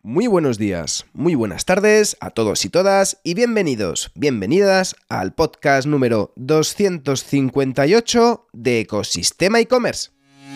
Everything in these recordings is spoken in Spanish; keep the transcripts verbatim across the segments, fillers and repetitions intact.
Muy buenos días, muy buenas tardes a todos y todas y bienvenidos, bienvenidas al podcast número doscientos cincuenta y ocho de Ecosistema e-commerce.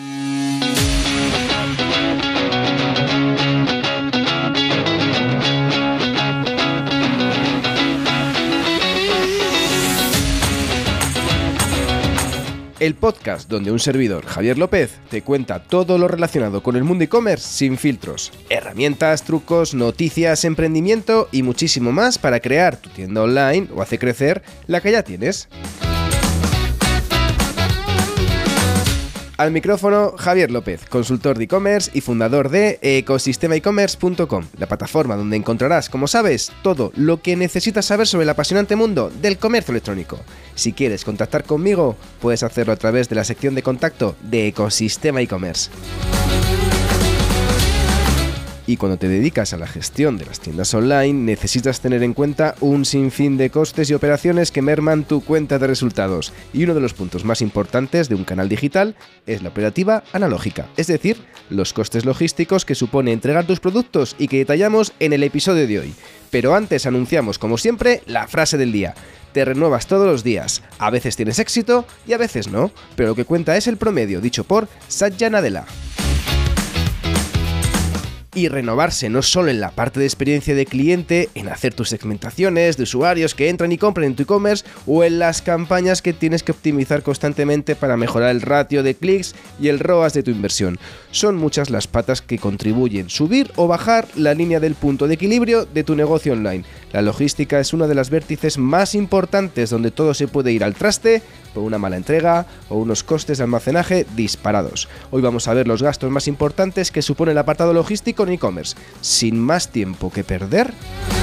El podcast donde un servidor, Javier López, te cuenta todo lo relacionado con el mundo e-commerce sin filtros. Herramientas, trucos, noticias, emprendimiento y muchísimo más para crear tu tienda online o hacer crecer la que ya tienes. Al micrófono, Javier López, consultor de e-commerce y fundador de ecosistema e commerce punto com, la plataforma donde encontrarás, como sabes, todo lo que necesitas saber sobre el apasionante mundo del comercio electrónico. Si quieres contactar conmigo, puedes hacerlo a través de la sección de contacto de Ecosistema e-commerce. Y cuando te dedicas a la gestión de las tiendas online, necesitas tener en cuenta un sinfín de costes y operaciones que merman tu cuenta de resultados. Y uno de los puntos más importantes de un canal digital es la operativa analógica, es decir, los costes logísticos que supone entregar tus productos y que detallamos en el episodio de hoy. Pero antes anunciamos, como siempre, la frase del día. Te renuevas todos los días, a veces tienes éxito y a veces no, pero lo que cuenta es el promedio, dicho por Satya Nadella. Y renovarse no solo en la parte de experiencia de cliente, en hacer tus segmentaciones de usuarios que entran y compran en tu e-commerce o en las campañas que tienes que optimizar constantemente para mejorar el ratio de clics y el R O A S de tu inversión. Son muchas las patas que contribuyen a subir o bajar la línea del punto de equilibrio de tu negocio online. La logística es una de las vértices más importantes donde todo se puede ir al traste por una mala entrega o unos costes de almacenaje disparados. Hoy vamos a ver los gastos más importantes que supone el apartado logístico en e-commerce. Sin más tiempo que perder,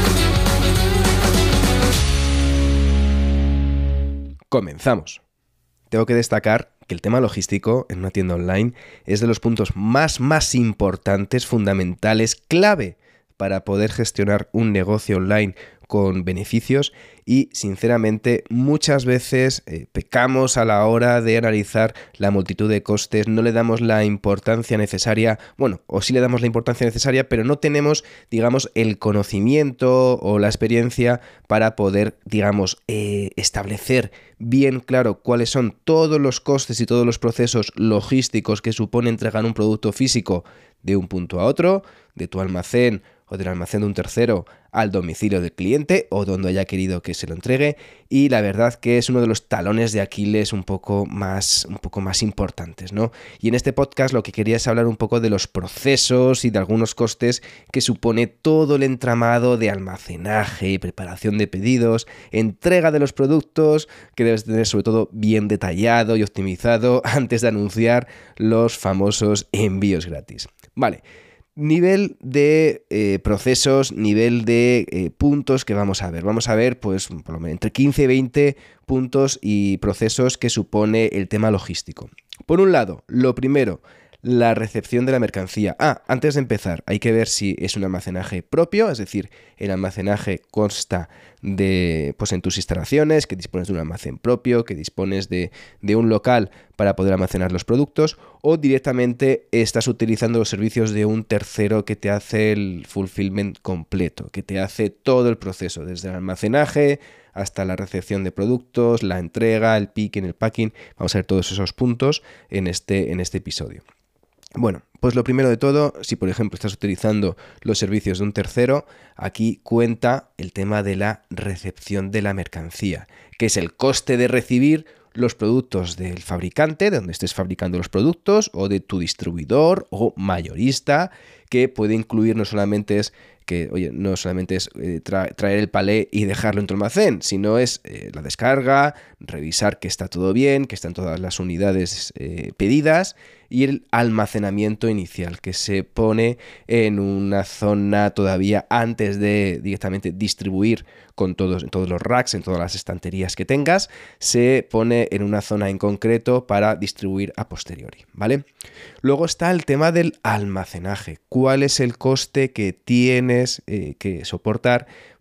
comenzamos. Tengo que destacar que el tema logístico en una tienda online es de los puntos más más importantes, fundamentales, clave para poder gestionar un negocio online con beneficios y sinceramente muchas veces eh, pecamos a la hora de analizar la multitud de costes, no le damos la importancia necesaria, bueno, o sí le damos la importancia necesaria, pero no tenemos, digamos, el conocimiento o la experiencia para poder, digamos, eh, establecer bien claro cuáles son todos los costes y todos los procesos logísticos que supone entregar un producto físico de un punto a otro, de tu almacén o del almacén de un tercero al domicilio del cliente o donde haya querido que se lo entregue, y la verdad que es uno de los talones de Aquiles un poco más, un poco más importantes, ¿no? Y en este podcast lo que quería es hablar un poco de los procesos y de algunos costes que supone todo el entramado de almacenaje, preparación de pedidos, entrega de los productos, que debes tener sobre todo bien detallado y optimizado antes de anunciar los famosos envíos gratis. Vale. Nivel de eh, procesos, nivel de eh, puntos que vamos a ver. Vamos a ver, pues, por lo menos entre quince y veinte puntos y procesos que supone el tema logístico. Por un lado, lo primero, la recepción de la mercancía. Ah, antes de empezar, hay que ver si es un almacenaje propio, es decir, el almacenaje consta de, pues en tus instalaciones, que dispones de un almacén propio, que dispones de, de un local para poder almacenar los productos, o directamente estás utilizando los servicios de un tercero que te hace el fulfillment completo, que te hace todo el proceso, desde el almacenaje hasta la recepción de productos, la entrega, el picking, el packing. Vamos a ver todos esos puntos en este, en este episodio. Bueno, pues lo primero de todo, si por ejemplo estás utilizando los servicios de un tercero, aquí cuenta el tema de la recepción de la mercancía, que es el coste de recibir los productos del fabricante, de donde estés fabricando los productos, o de tu distribuidor o mayorista, que puede incluir no solamente es que, oye, no solamente es eh, tra- traer el palé y dejarlo en tu almacén, sino es eh, la descarga, revisar que está todo bien, que están todas las unidades eh, pedidas, y el almacenamiento inicial, que se pone en una zona todavía antes de directamente distribuir con todos, en todos los racks, en todas las estanterías que tengas, se pone en una zona en concreto para distribuir a posteriori, ¿vale? Luego está el tema del almacenaje. ¿Cuál es el coste que tienes eh, que soportar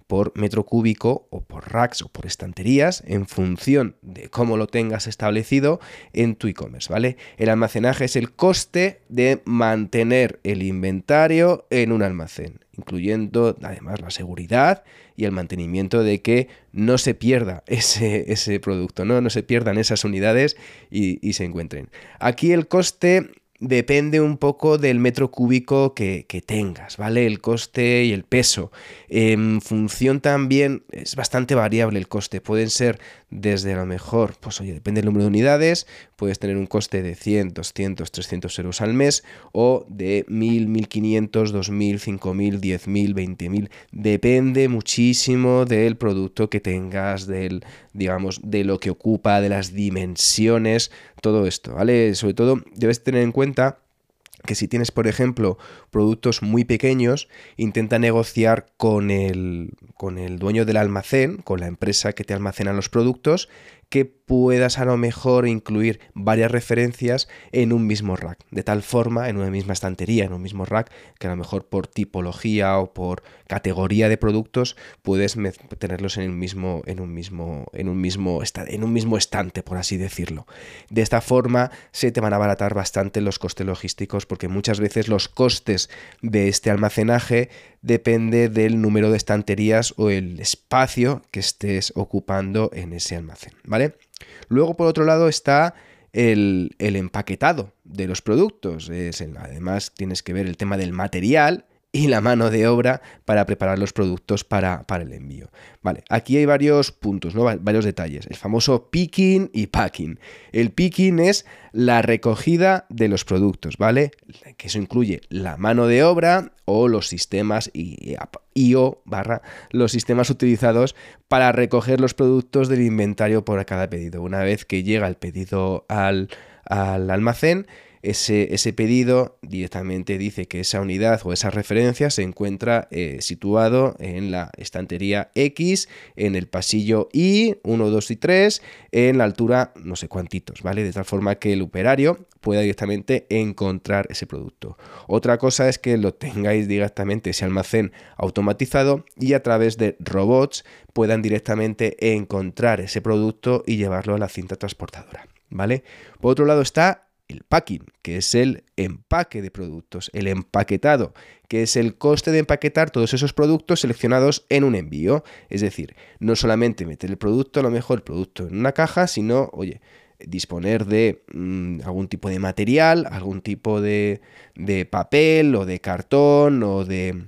por metro cúbico o por racks o por estanterías en función de cómo lo tengas establecido en tu e-commerce, ¿vale? El almacenaje es el coste de mantener el inventario en un almacén, incluyendo además la seguridad y el mantenimiento de que no se pierda ese, ese producto, ¿no? No se pierdan esas unidades y, y se encuentren. Aquí el coste depende un poco del metro cúbico que, que tengas, ¿vale? El coste y el peso. En función también, es bastante variable el coste. Pueden ser desde a lo mejor, pues oye, depende del número de unidades, puedes tener un coste de cien, doscientos, trescientos euros al mes o de mil, mil quinientos, dos mil, cinco mil, diez mil, veinte mil. Depende muchísimo del producto que tengas, del, digamos, de lo que ocupa, de las dimensiones, todo esto, ¿vale? Sobre todo debes tener en cuenta que si tienes, por ejemplo, productos muy pequeños, intenta negociar con el, con el dueño del almacén, con la empresa que te almacena los productos, que puedas a lo mejor incluir varias referencias en un mismo rack, de tal forma, en una misma estantería, en un mismo rack, que a lo mejor por tipología o por categoría de productos puedes tenerlos en un mismo, en un mismo, en un mismo, en un mismo estante, por así decirlo. De esta forma se te van a abaratar bastante los costes logísticos, porque muchas veces los costes de este almacenaje depende del número de estanterías o el espacio que estés ocupando en ese almacén, ¿vale? Luego, por otro lado, está el, el empaquetado de los productos. Es el, además, tienes que ver el tema del material y la mano de obra para preparar los productos para, para el envío. Vale, aquí hay varios puntos, ¿no? Varios detalles. El famoso picking y packing. El picking es la recogida de los productos, ¿vale? Que eso incluye la mano de obra o los sistemas I O barra los sistemas utilizados para recoger los productos del inventario por cada pedido. Una vez que llega el pedido al, al almacén, Ese, ese pedido directamente dice que esa unidad o esa referencia se encuentra eh, situado en la estantería X, en el pasillo Y, uno, dos y tres, en la altura no sé cuantitos, ¿vale? De tal forma que el operario pueda directamente encontrar ese producto. Otra cosa es que lo tengáis directamente ese almacén automatizado y a través de robots puedan directamente encontrar ese producto y llevarlo a la cinta transportadora, ¿vale? Por otro lado está el packing, que es el empaque de productos, el empaquetado, que es el coste de empaquetar todos esos productos seleccionados en un envío. Es decir, no solamente meter el producto, a lo mejor el producto en una caja, sino, oye, disponer de mmm, algún tipo de material, algún tipo de, de papel o de cartón o de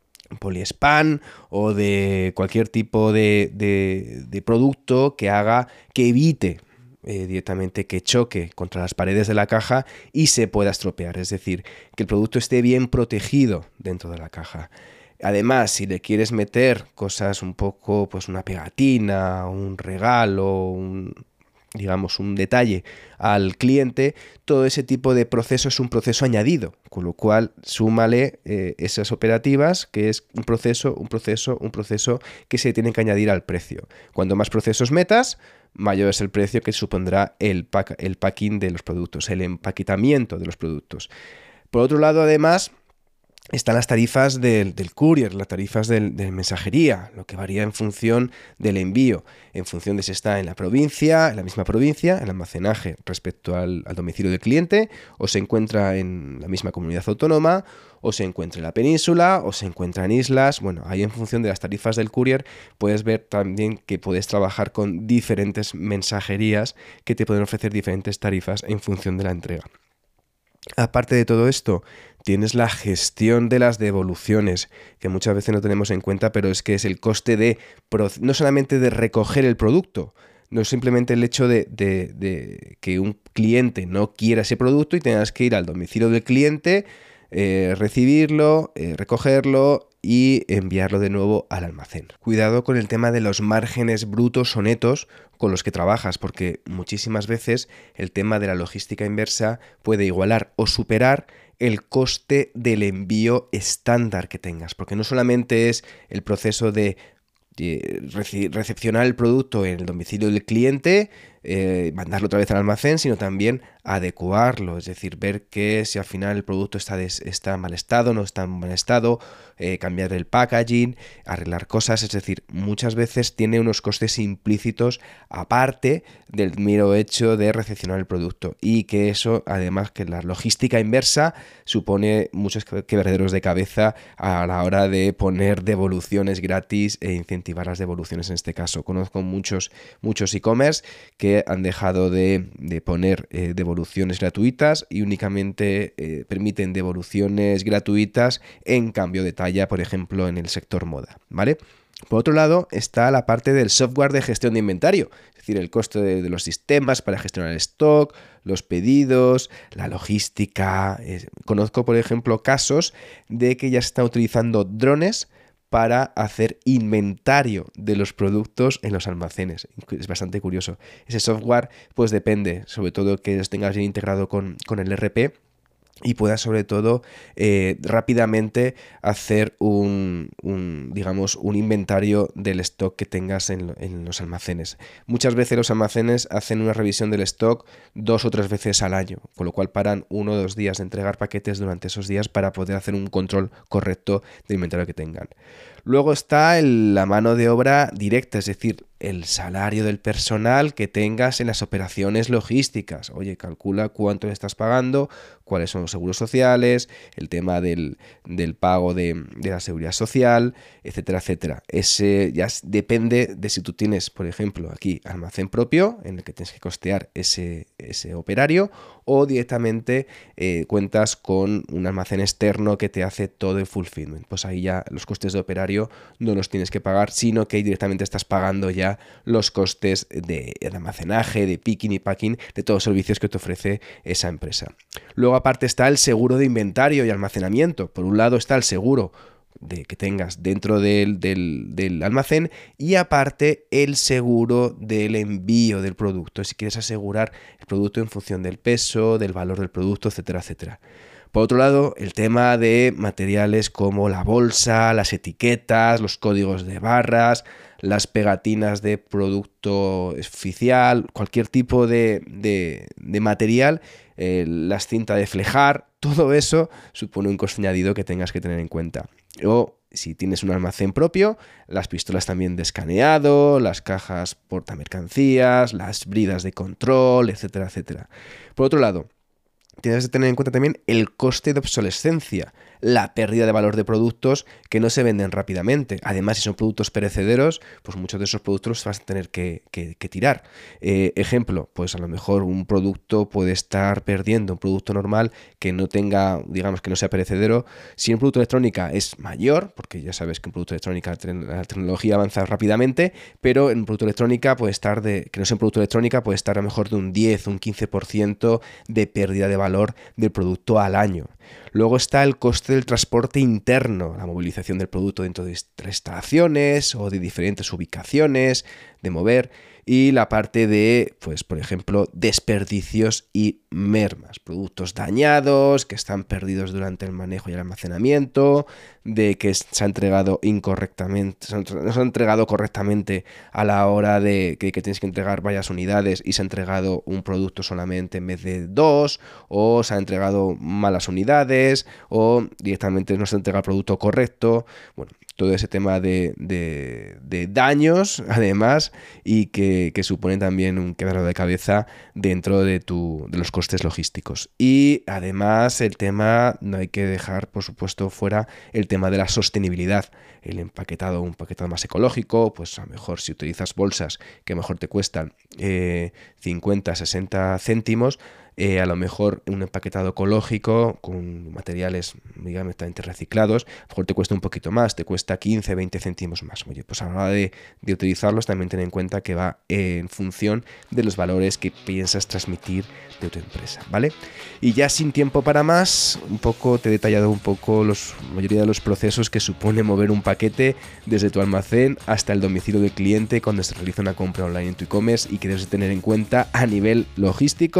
poliespan o de cualquier tipo de, de, de producto que haga, que evite Eh, directamente que choque contra las paredes de la caja y se pueda estropear, es decir, que el producto esté bien protegido dentro de la caja. Además, si le quieres meter cosas un poco, pues una pegatina, un regalo, un, digamos, un detalle al cliente, todo ese tipo de proceso es un proceso añadido, con lo cual súmale eh, esas operativas, que es un proceso, un proceso, un proceso que se tienen que añadir al precio. Cuanto más procesos metas, mayor es el precio que supondrá el, pack, el packing de los productos, el empaquetamiento de los productos. Por otro lado, además, están las tarifas del, del courier, las tarifas del, de mensajería, lo que varía en función del envío, en función de si está en la provincia, en la misma provincia, el almacenaje respecto al, al domicilio del cliente, o se encuentra en la misma comunidad autónoma, o se encuentra en la península, o se encuentra en islas. Bueno, ahí en función de las tarifas del courier puedes ver también que puedes trabajar con diferentes mensajerías que te pueden ofrecer diferentes tarifas en función de la entrega. Aparte de todo esto, tienes la gestión de las devoluciones, que muchas veces no tenemos en cuenta, pero es que es el coste de, no solamente de recoger el producto, no es simplemente el hecho de, de, de que un cliente no quiera ese producto y tengas que ir al domicilio del cliente, eh, recibirlo, eh, recogerlo y enviarlo de nuevo al almacén. Cuidado con el tema de los márgenes brutos o netos con los que trabajas, porque muchísimas veces el tema de la logística inversa puede igualar o superar el coste del envío estándar que tengas, porque no solamente es el proceso de recepcionar el producto en el domicilio del cliente, eh, mandarlo otra vez al almacén, sino también adecuarlo, es decir, ver que si al final el producto está, des, está en mal estado, no está en mal estado, eh, cambiar el packaging, arreglar cosas, es decir, muchas veces tiene unos costes implícitos aparte del mero hecho de recepcionar el producto, y que eso, además que la logística inversa, supone muchos quebraderos de cabeza a la hora de poner devoluciones gratis e incentivar las devoluciones en este caso. Conozco muchos muchos e-commerce que han dejado de, de poner eh, devoluciones gratuitas y únicamente eh, permiten devoluciones gratuitas en cambio de talla, por ejemplo, en el sector moda, ¿vale? Por otro lado está la parte del software de gestión de inventario, es decir, el coste de, de los sistemas para gestionar el stock, los pedidos, la logística. Eh, conozco, por ejemplo, casos de que ya se están utilizando drones para hacer inventario de los productos en los almacenes. Es bastante curioso. Ese software pues depende, sobre todo que los tengas bien integrado con, con el E R P y puedas sobre todo eh, rápidamente hacer un, un, digamos, un inventario del stock que tengas en, en los almacenes. Muchas veces los almacenes hacen una revisión del stock dos o tres veces al año, con lo cual paran uno o dos días de entregar paquetes durante esos días para poder hacer un control correcto del inventario que tengan. Luego está el, la mano de obra directa, es decir, el salario del personal que tengas en las operaciones logísticas. Oye, calcula cuánto le estás pagando, cuáles son los seguros sociales, el tema del, del pago de, de la seguridad social, etcétera, etcétera. Ese ya depende de si tú tienes, por ejemplo, aquí almacén propio en el que tienes que costear ese, ese operario, o directamente eh, cuentas con un almacén externo que te hace todo el fulfillment. Pues ahí ya los costes de operario no los tienes que pagar, sino que directamente estás pagando ya los costes de, de almacenaje, de picking y packing, de todos los servicios que te ofrece esa empresa. Luego aparte está el seguro de inventario y almacenamiento. Por un lado está el seguro de que tengas dentro del, del, del almacén, y aparte el seguro del envío del producto, si quieres asegurar el producto en función del peso, del valor del producto, etcétera, etcétera. Por otro lado, el tema de materiales como la bolsa, las etiquetas, los códigos de barras, las pegatinas de producto oficial, cualquier tipo de, de, de material, eh, las cintas de flejar, todo eso supone un coste añadido que tengas que tener en cuenta. O si tienes un almacén propio, las pistolas también de escaneado, las cajas portamercancías, las bridas de control, etcétera, etcétera. Por otro lado, tienes que tener en cuenta también el coste de obsolescencia, la pérdida de valor de productos que no se venden rápidamente. Además, si son productos perecederos, pues muchos de esos productos los vas a tener que, que, que tirar. Eh, ejemplo, pues a lo mejor un producto puede estar perdiendo, un producto normal que no tenga, digamos, que no sea perecedero. Si un producto de electrónica es mayor, porque ya sabes que un producto de electrónica, la tecnología avanza rápidamente, pero en un producto de electrónica puede estar de, que no sea un producto de electrónica, puede estar a lo mejor de un diez, un quince por ciento de pérdida de valor del producto al año. Luego está el coste del transporte interno, la movilización del producto dentro de instalaciones o de diferentes ubicaciones, de mover, y la parte de, pues por ejemplo, desperdicios y mermas, productos dañados, que están perdidos durante el manejo y el almacenamiento, de que se ha entregado incorrectamente, no se ha entregado correctamente a la hora de que, que tienes que entregar varias unidades y se ha entregado un producto solamente en vez de dos, o se ha entregado malas unidades, o directamente no se ha entregado el producto correcto. Bueno, todo ese tema de, de, de daños, además, y que, que suponen también un quebradero de cabeza dentro de, tu, de los costes logísticos. Y además el tema, no hay que dejar, por supuesto, fuera el tema de la sostenibilidad. El empaquetado, un paquetado más ecológico, pues a lo mejor si utilizas bolsas que a lo mejor te cuestan eh, cincuenta, sesenta céntimos, Eh, a lo mejor un empaquetado ecológico con materiales, digamos, reciclados, a lo mejor te cuesta un poquito más, te cuesta quince, veinte céntimos más. Oye, pues a la hora de, de utilizarlos también ten en cuenta que va en función de los valores que piensas transmitir de tu empresa, ¿vale? Y ya sin tiempo para más, un poco te he detallado un poco los, la mayoría de los procesos que supone mover un paquete desde tu almacén hasta el domicilio del cliente cuando se realiza una compra online en tu e-commerce, y que debes tener en cuenta a nivel logístico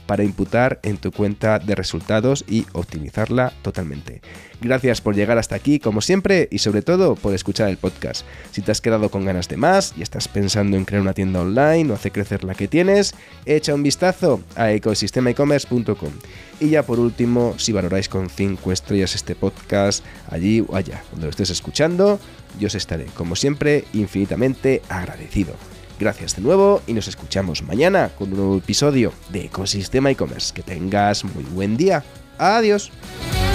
para imputar en tu cuenta de resultados y optimizarla totalmente. Gracias por llegar hasta aquí, como siempre, y sobre todo por escuchar el podcast. Si te has quedado con ganas de más y estás pensando en crear una tienda online o hacer crecer la que tienes, echa un vistazo a ecosistema e commerce punto com. Y ya por último, si valoráis con cinco estrellas este podcast allí o allá, donde lo estés escuchando, yo os estaré, como siempre, infinitamente agradecido. Gracias de nuevo y nos escuchamos mañana con un nuevo episodio de Ecosistema e-commerce. Que tengas muy buen día. Adiós.